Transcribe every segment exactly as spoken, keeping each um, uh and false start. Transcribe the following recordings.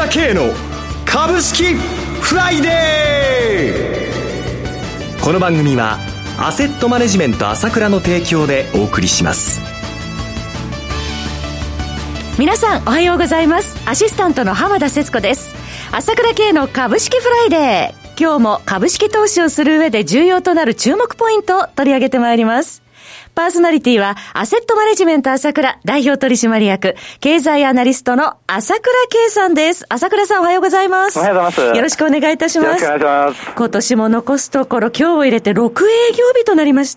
倉慶の株式フライデー。この番組はアセットマネジメント朝倉の提供でお送りします。 皆さんおはようございます。アシスタントの浜田節子です。朝倉慶の株式フライデー、今日も株式投資をする上で重要となる注目ポイントを取り上げてまいります。パーソナリティはアセットマネジメント朝倉代表取締役経済アナリストの朝倉慶さんです。朝倉さんおはようございます。 おはようございます。 よろしくお願いいたします。 よろしくお願いします。 今年も残すところ今日を入れてろく営業日となりました。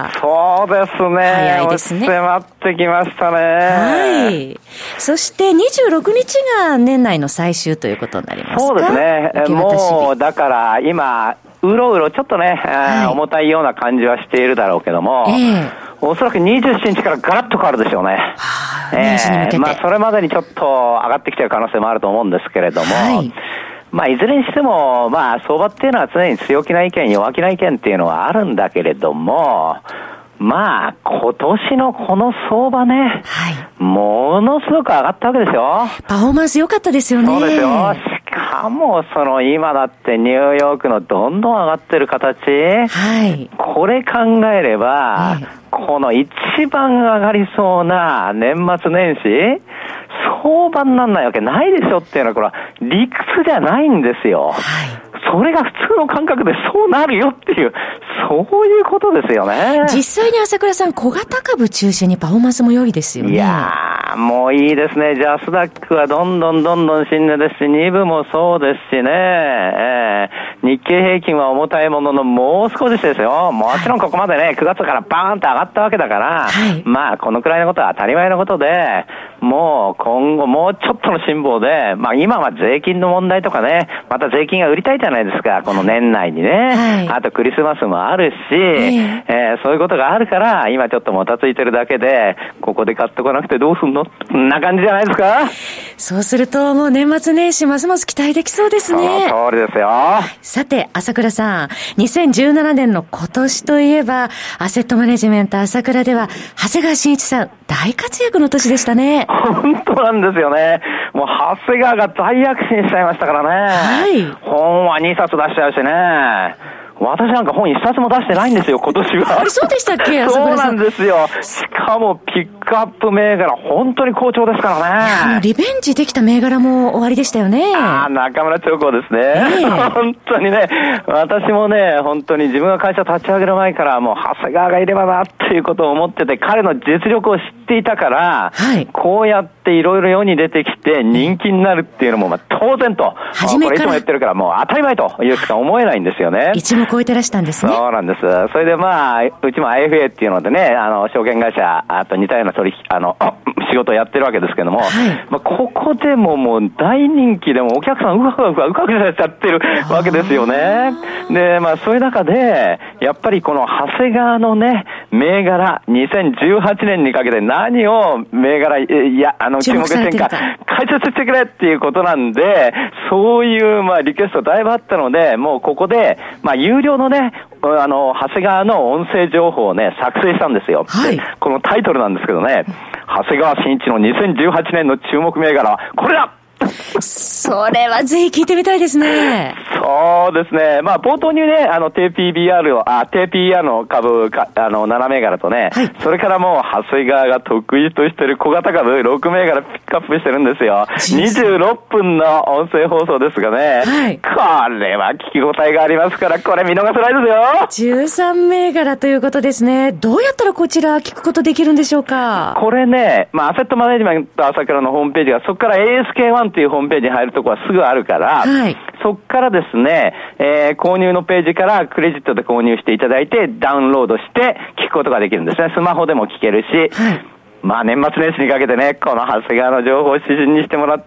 そうですね。 早いですね。 迫ってきましたね。 はい。そしてにじゅうろくにちが年内の最終ということになりますか。 そうですね。もうだから今うろうろちょっとね、はい、重たいような感じはしているだろうけども、えー、おそらくにじゅうしちにちからガラッと変わるでしょうね。 はあ、年始に向けて、 えー、まあそれまでにちょっと上がってきてる可能性もあると思うんですけれども、はい、まあいずれにしてもまあ相場っていうのは常に強気な意見弱気な意見っていうのはあるんだけれども、まあ今年のこの相場ね、はい、ものすごく上がったわけですよ。 パフォーマンス良かったですよね。 そうですよ。しかもその今だってニューヨークのどんどん上がってる形、はい、これ考えれば、はい、この一番上がりそうな年末年始相場にならないわけないでしょっていうのはこれは理屈じゃないんですよ。はい、それが普通の感覚でそうなるよっていう、そういうことですよね。 実際に朝倉さん、小型株中心にパフォーマンスも良いですよね。 いやー、もういいですね。ジャスダックはどんどんどんどん新値ですし、に部もそうですしね、えー、日経平均は重たいもののもう少しですよ。もちろんここまでね、くがつからバーンと上がったわけだから、はい、まあこのくらいのことは当たり前のことで、もう今後もうちょっとの辛抱で、まあ今は税金の問題とかね、また税金が売りたいじゃないですか、この年内にね。はい、あとクリスマスもあるし、えーえー、そういうことがあるから、今ちょっともたついてるだけで、ここで買っとかなくてどうすんの？こんな感じじゃないですか？ そうするともう年末年始ますます期待できそうですね。 その通りですよ。 さて、朝倉さん、にせんじゅうななねんの今年といえば、アセットマネジメント朝倉では、長谷川慎一さん、大活躍の年でしたね。 本当なんですよね。もう長谷川が大躍進しちゃいましたからね。はい。本はにさつ出しちゃうしね。私なんか本一冊も出してないんですよ、今年は。 あれ、そうでしたっけ？ そうなんですよ。しかも、ピックアップ銘柄、本当に好調ですからね。 あの、リベンジできた銘柄も終わりでしたよね。 ああ、中村長光ですね。えー、本当にね、私もね、本当に自分が会社立ち上げる前から、もう、長谷川がいればな、っていうことを思ってて、彼の実力を知っていたから、はい、こうやっていろいろ世に出てきて、人気になるっていうのも、まあ、当然と。初めから。これいつも言ってるから、もう当たり前というしか思えないんですよね。 一目超えてらしたんですね。 そうなんです。それでまあ、うちも アイエフエー っていうのでね、あの、証券会社、あと似たような取引、あの、仕事をやってるわけですけども、はい、まあ、ここでももう大人気でもお客さんうわうわうわうかうかされちゃってるわけですよね。で、まあ、そういう中で、やっぱりこの長谷川のね、銘柄、にせんじゅうはちねんにかけて何を銘柄、いや、あの、注目してんか、解説してくれっていうことなんで、そういう、まあ、リクエストだいぶあったので、もうここで、まあ、有料のね、あの、長谷川の音声情報をね、作成したんですよ。はい。このタイトルなんですけどね、長谷川慎一のにせんじゅうはちねんの注目銘柄は、これだ！ それはぜひ聞いてみたいですね。 そうですね。まあ、冒頭にね、あの、低 ピービーアール を、あ、低 ピーイーアール の株か、あの、なな銘柄とね、はい、それからもう、長谷川が得意としてる小型株ろく銘柄ピックアップしてるんですよ。にじゅうろっぷんの音声放送ですがね、はい、これは聞き応えがありますから、これ見逃せないですよ。 じゅうさん銘柄ということですね。どうやったらこちら聞くことできるんでしょうか？ これね、まあ、アセットマネジメント朝倉のホームページが、そこから エーエスケーワン っていうホームページに入るところはすぐあるから、はい、そこからですね、えー、購入のページからクレジットで購入していただいてダウンロードして聞くことができるんですね。スマホでも聞けるし、はい、まあ年末年始にかけてね、この長谷川の情報を指針にしてもらって、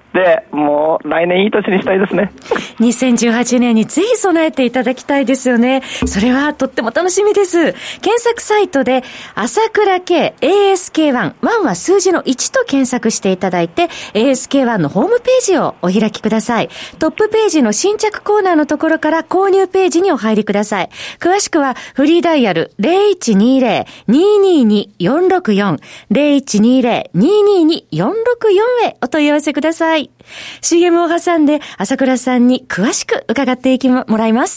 もう来年いい年にしたいですね。 にせんじゅうはちねんにぜひ備えていただきたいですよね。それはとっても楽しみです。検索サイトで朝倉慶 エーエスケーワン、ワンは数字のいちと検索していただいて エーエスケーワン のホームページをお開きください。トップページの新着コーナーのところから購入ページにお入りください。詳しくはフリーダイヤル ゼロいちにゼロ にーにーに よんろくよん ゼロいちいちにゼロ ににに よんろくよん へお問い合わせください。シーエム を挟んで朝倉さんに詳しく伺っていきもらいます。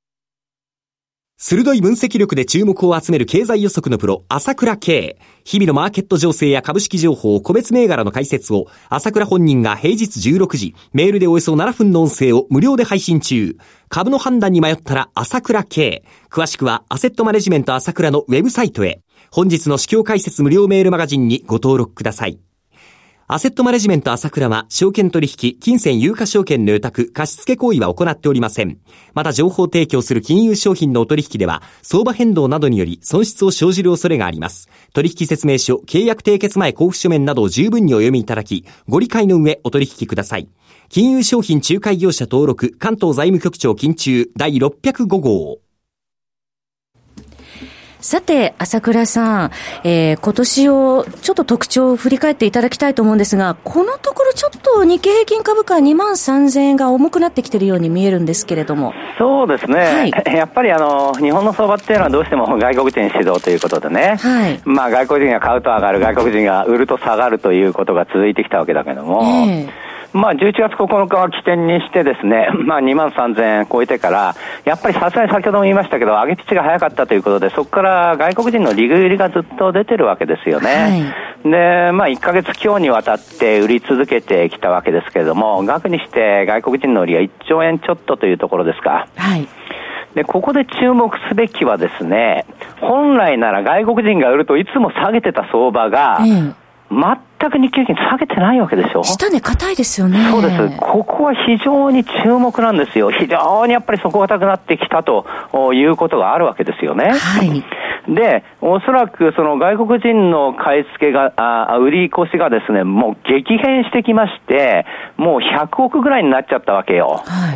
鋭い分析力で注目を集める経済予測のプロ、朝倉慶。日々のマーケット情勢や株式情報、個別銘柄の解説を、朝倉本人が平日じゅうろくじ、メールでおよそななふんの音声を無料で配信中。株の判断に迷ったら朝倉慶。詳しくは、アセットマネジメント朝倉のウェブサイトへ。本日の市況解説無料メールマガジンにご登録ください。アセットマネジメント朝倉は、証券取引、金銭有価証券の予託、貸付行為は行っておりません。また情報提供する金融商品のお取引では、相場変動などにより損失を生じる恐れがあります。取引説明書、契約締結前交付書面などを十分にお読みいただき、ご理解の上お取引ください。金融商品仲介業者登録、関東財務局長金中第ろっぴゃくご号。 さて、朝倉さん、えー、今年をちょっと特徴を振り返っていただきたいと思うんですが、このところちょっと日経平均株価 にまんさんぜんえんが重くなってきているように見えるんですけれども。 そうですね、はい、やっぱりあの日本の相場っていうのはどうしても外国人主導ということでね、はい、まあ外国人が買うと上がる、外国人が売ると下がるということが続いてきたわけだけども、えーまあ、じゅういちがつここのかは起点にしてですね、まあ、にまんさんぜんえん超えてから、やっぱりさすがに先ほども言いましたけど、上げピッチが早かったということで、そこから外国人の利食いがずっと出てるわけですよね。はい、で、まあ、いっかげつ強にわたって売り続けてきたわけですけれども、額にして外国人の売りがいっちょうえんちょっとというところですか。はい。で、ここで注目すべきはですね、本来なら外国人が売るといつも下げてた相場が、うん全く日経平均下げてないわけでしょ。 下値硬いですよね。 そうです。ここは非常に注目なんですよ。非常にやっぱり底堅くなってきたということがあるわけですよね。はい。で、おそらくその外国人の買い付けが、あ売り越しがですね、もう激変してきまして、もうひゃくおくぐらいになっちゃったわけよ。はい、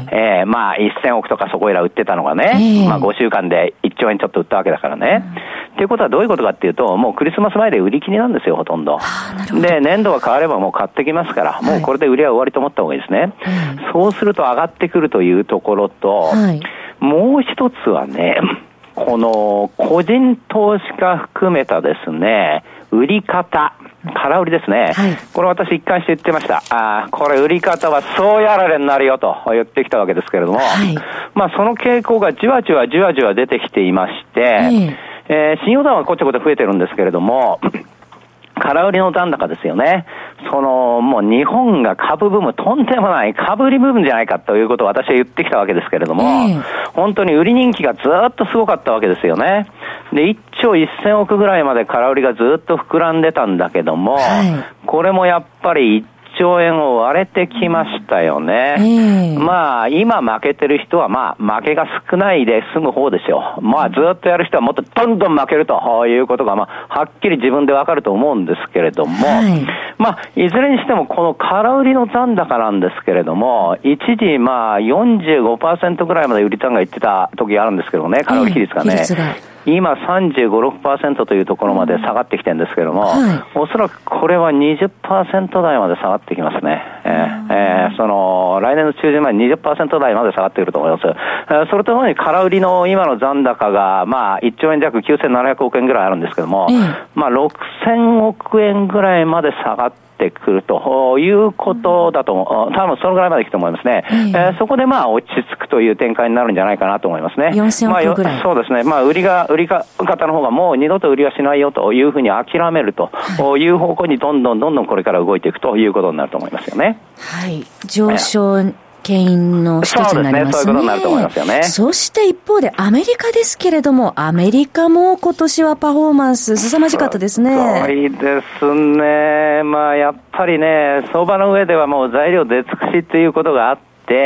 えー、まあせんおくとかそこいら売ってたのがね、えー、まあごしゅうかんでいっちょうえんちょっと売ったわけだからね。っていうことはどういうことかっていうと、もうクリスマス前で売り切りなんですよ、ほとんど。で、年度が変わればもう買ってきますから、はい、もうこれで売りは終わりと思った方がいいですね。はい、そうすると上がってくるというところと、はい、もう一つはね、この個人投資家含めたですね、売り方、空売りですね。はい、これ私一貫して言ってました。あこれ売り方はそうやられになるよと言ってきたわけですけれども、はい、まあその傾向がじわじわじわじわ出てきていまして、はいえー、信用談はこちょこちょ増えてるんですけれども、空売りの残高ですよね。その、もう日本が株ブーム、とんでもない株売りブームじゃないかということを私は言ってきたわけですけれども、えー、本当に売り人気がずっとすごかったわけですよね。で、いっちょうせんおくぐらいまで空売りがずっと膨らんでたんだけども、はい、これもやっぱりいっちょうえんを割れてきましたよね。えー、まあ、今負けてる人はまあ、負けが少ないで済む方でしょう。まあ、ずっとやる人はもっとどんどん負けるということが、まあ、はっきり自分でわかると思うんですけれども、はい、まあ、いずれにしてもこの空売りの残高なんですけれども、一時まあ、よんじゅうごパーセント ぐらいまで売り単が言ってた時があるんですけどね、空売り比率がね。えー今 さんじゅうご、ろくパーセント というところまで下がってきてるんですけれども、はい、おそらくこれは にじゅっパーセント 台まで下がってきますね。えーえー、その、来年の中旬まで にじゅっパーセント 台まで下がってくると思います。えー、それとともに空売りの今の残高が、まあ、いっちょうえん弱きゅうせんななひゃくおくえんぐらいあるんですけども、うん、まあ、ろくせんおくえんぐらいまで下がってってくるということだと思う。多分そのぐらいまでいくと思いますね。えーえー、そこでまあ落ち着くという展開になるんじゃないかなと思いますね。 よんせんおくぐらい、 まあ、そうですね。まあ売りが売り方の方がもう二度と売りはしないよというふうに諦めるという方向にどんどんどんどんこれから動いていくということになると思いますよね。 はい。上昇、えー牽引の一つになりますね。 そうですね。そういうことになると思いますよね。 そして一方でアメリカですけれども、アメリカも今年はパフォーマンス凄まじかったですね。 すごいですね。まあやっぱりね、相場の上ではもう材料出尽くしということがあって、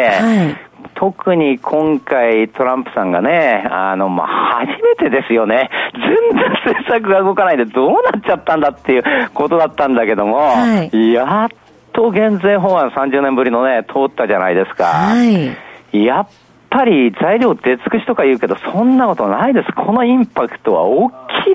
はい、特に今回トランプさんがね、あの、まあ、初めてですよね。全然政策が動かないでどうなっちゃったんだっていうことだったんだけども、はい、やっと減税法案さんじゅうねんぶりのね、通ったじゃないですか。はい。やっぱり材料出尽くしとか言うけど、そんなことないです。このインパクトは大きって。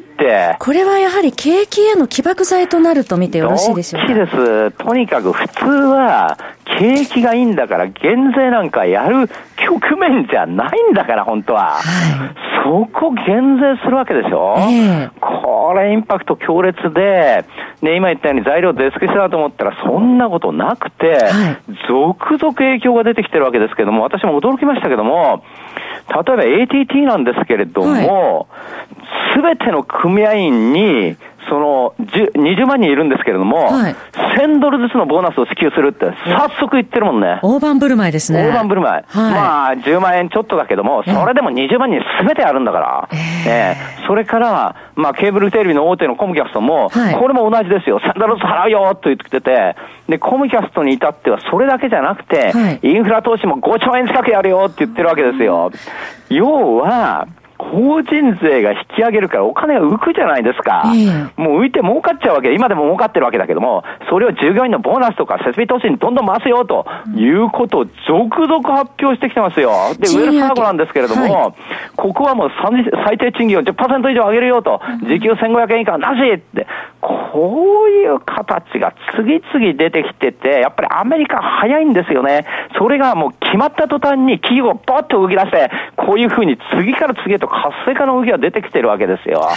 これはやはり景気への起爆剤となると見てよろしいでしょうか。 大きいです。とにかく普通は景気がいいんだから減税なんかやる局面じゃないんだから本当は、はい、そこ減税するわけでしょ、えー、これインパクト強烈で、ね、今言ったように材料出尽くしだと思ったらそんなことなくて、はい、続々影響が出てきてるわけですけども、私も驚きましたけども、例えば エーティーティー なんですけれども、すべ、はい、ての組合員にそのにじゅうまんにんいるんですけれども、はい、せんドルずつのボーナスを支給するって早速言ってるもんね。 大盤振る舞いですね。 大盤振る舞い、はい、まあじゅうまんえんちょっとだけども、それでもにじゅうまんにんすべてあるんだから、えーえー、それからまあケーブルテレビの大手のコムキャストも、はい、これも同じですよ。せんドルずつ払うよと言ってて、でコムキャストに至ってはそれだけじゃなくて、はい、インフラ投資もごちょうえん近くやるよって言ってるわけですよ。要は法人税が引き上げるからお金が浮くじゃないですか、えー、もう浮いて儲かっちゃうわけで、今でも儲かってるわけだけども、それを従業員のボーナスとか設備投資にどんどん回すよということを続々発表してきてますよ。でウェルスファーゴなんですけれども、はい、ここはもう最低賃金を じゅっパーセント 以上上げるよと、時給せんごひゃくえん以下なしって、こういう形が次々出てきてて、やっぱりアメリカ早いんですよね。それがもう決まった途端に企業がポッと動き出して、こういうふうに次から次へと活性化の動きが出てきてるわけですよ、はい、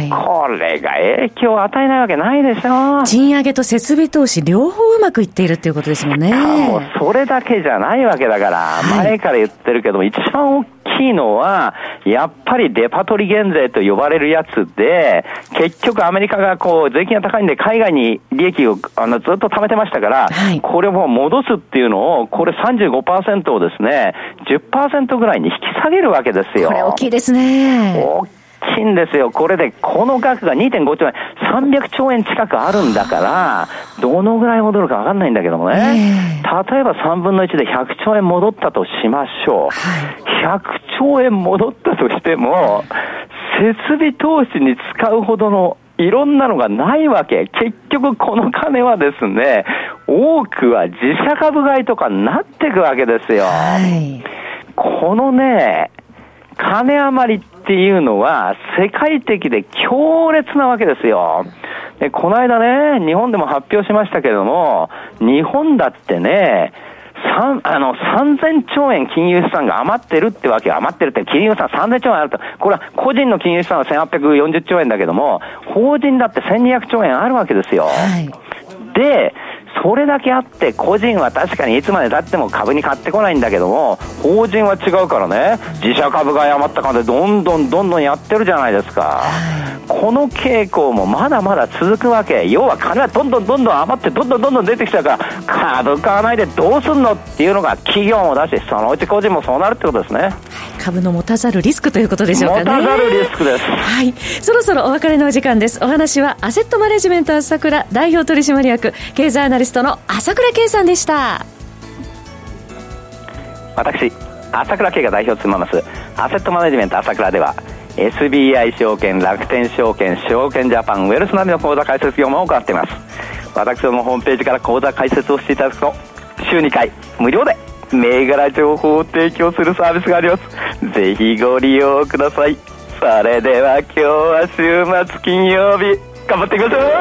これが影響を与えないわけないでしょ。 賃上げと設備投資両方うまくいっているっていうことですもんね。 もうそれだけじゃないわけだから、はい、前から言ってるけども、一番大きいのはやっぱりデパトリ減税と呼ばれるやつで、結局アメリカがこう税金が高いんで海外に利益をあのずっと貯めてましたから、はい、これを戻すっていうのを、これ さんじゅうごパーセント をですね じゅっパーセント ぐらいに引き下げるわけですよ。 これ大きいですね。 大きいんですよ。これでこの額が にてんごちょうえん、さんびゃくちょうえん近くあるんだから、どのぐらい戻るか分かんないんだけどもね、えー、例えばさんぶんのいちでひゃくちょうえん戻ったとしましょう、はい、ひゃくちょうえん戻ったとしても設備投資に使うほどのいろんなのがないわけ。結局この金はですね、多くは自社株買いとかになっていくわけですよ、はい、このね金余りっていうのは世界的で強烈なわけですよ。でこの間ね、日本でも発表しましたけれども、日本だってね、あのさんぜんちょうえん金融資産が余ってるってわけ。余ってるって金融資産さんぜんちょうえんあると、これは個人の金融資産はせんはっぴゃくよんじゅっちょうえんだけども、法人だってせんにひゃくちょうえんあるわけですよ、はい、でそれだけあって個人は確かにいつまで経っても株に買ってこないんだけども、法人は違うからね、自社株が余った感でどんどんどんどんやってるじゃないですか、はい、この傾向もまだまだ続くわけ。要は金はどんどんどんどん余ってどんどんどんどん出てきちゃうから、株買わないでどうすんのっていうのが企業もだし、そのうち個人もそうなるってことですね。 株の持たざるリスクということでしょうかね。 持たざるリスクです。 はい、そろそろお別れのお時間です。お話はアセットマネジメント朝倉代表取締役経済アナリストの朝倉圭さんでした。 私朝倉圭が代表を務めますアセットマネジメント朝倉では エスビーアイ 証券、楽天証券、証券ジャパン、ウェルスナビの口座開設業務を行っています。私どもホームページから口座開設をしていただくと週にかい無料で銘柄情報を提供するサービスがあります。ぜひご利用ください。それでは今日は週末金曜日、頑張っていきましょう。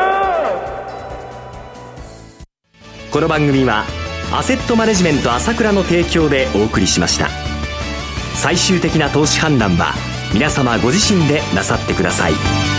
この番組はアセットマネジメント朝倉の提供でお送りしました。最終的な投資判断は皆様ご自身でなさってください。